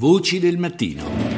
Voci del mattino.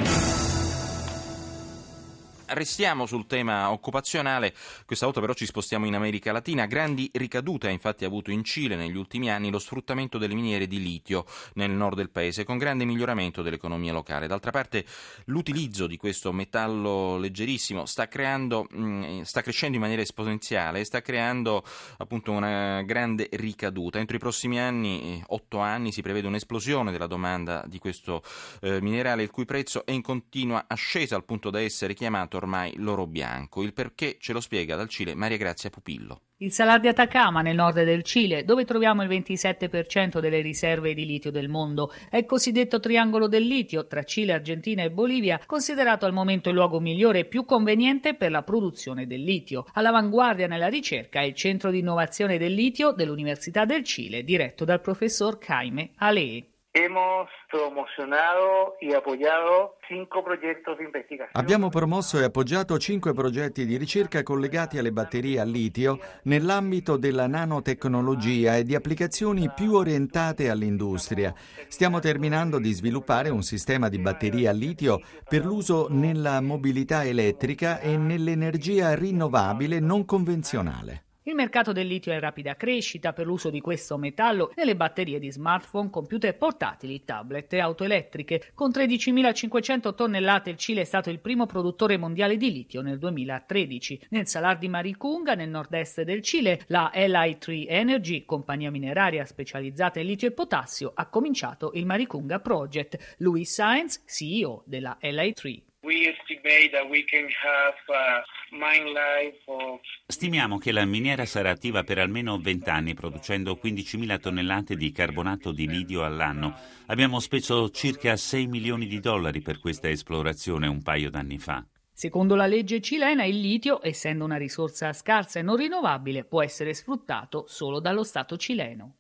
Restiamo sul tema occupazionale, questa volta però ci spostiamo in America Latina. Grandi ricadute ha infatti avuto in Cile negli ultimi anni lo sfruttamento delle miniere di litio nel nord del paese, con grande miglioramento dell'economia locale. D'altra parte l'utilizzo di questo metallo leggerissimo sta crescendo in maniera esponenziale e sta creando appunto una grande ricaduta. Entro i prossimi anni, 8 anni, si prevede un'esplosione della domanda di questo minerale, il cui prezzo è in continua ascesa al punto da essere chiamato ormai l'oro bianco. Il perché ce lo spiega dal Cile Maria Grazia Pupillo. Il Salar di Atacama, nel nord del Cile, dove troviamo il 27% delle riserve di litio del mondo, è il cosiddetto triangolo del litio tra Cile, Argentina e Bolivia, considerato al momento il luogo migliore e più conveniente per la produzione del litio. All'avanguardia nella ricerca è il Centro di Innovazione del Litio dell'Università del Cile, diretto dal professor Jaime Alee. Hemos promocionado y apoyado 5 proyectos de investigación. Abbiamo promosso e appoggiato 5 progetti di ricerca collegati alle batterie a litio nell'ambito della nanotecnologia e di applicazioni più orientate all'industria. Stiamo terminando di sviluppare un sistema di batterie a litio per l'uso nella mobilità elettrica e nell'energia rinnovabile non convenzionale. Il mercato del litio è in rapida crescita per l'uso di questo metallo nelle batterie di smartphone, computer portatili, tablet e auto elettriche. Con 13.500 tonnellate il Cile è stato il primo produttore mondiale di litio nel 2013. Nel Salar di Maricunga, nel nord-est del Cile, la Li3 Energy, compagnia mineraria specializzata in litio e potassio, ha cominciato il Maricunga Project. Luis Sáenz, CEO della Li3. Stimiamo che la miniera sarà attiva per almeno 20 anni, producendo 15.000 tonnellate di carbonato di lidio all'anno. Abbiamo speso circa $6 milioni per questa esplorazione un paio d'anni fa. Secondo la legge cilena, il litio, essendo una risorsa scarsa e non rinnovabile, può essere sfruttato solo dallo Stato cileno.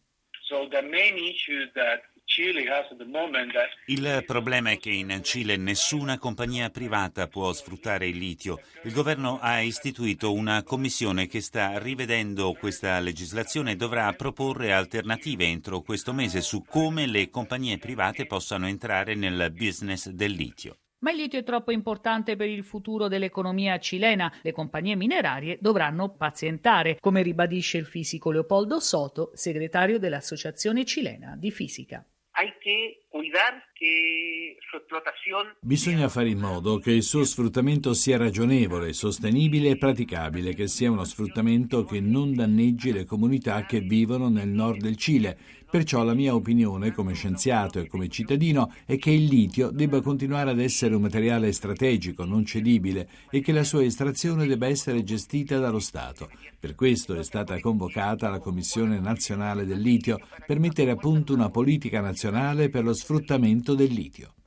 Il problema è che in Cile nessuna compagnia privata può sfruttare il litio. Il governo ha istituito una commissione che sta rivedendo questa legislazione e dovrà proporre alternative entro questo mese su come le compagnie private possano entrare nel business del litio. Ma il litio è troppo importante per il futuro dell'economia cilena. Le compagnie minerarie dovranno pazientare, come ribadisce il fisico Leopoldo Soto, segretario dell'Associazione Cilena di Fisica. Bisogna fare in modo che il suo sfruttamento sia ragionevole, sostenibile e praticabile, che sia uno sfruttamento che non danneggi le comunità che vivono nel nord del Cile. Perciò la mia opinione come scienziato e come cittadino è che il litio debba continuare ad essere un materiale strategico, non cedibile, e che la sua estrazione debba essere gestita dallo Stato. Per questo è stata convocata la Commissione Nazionale del Litio per mettere a punto una politica nazionale per lo sfruttamento del litio.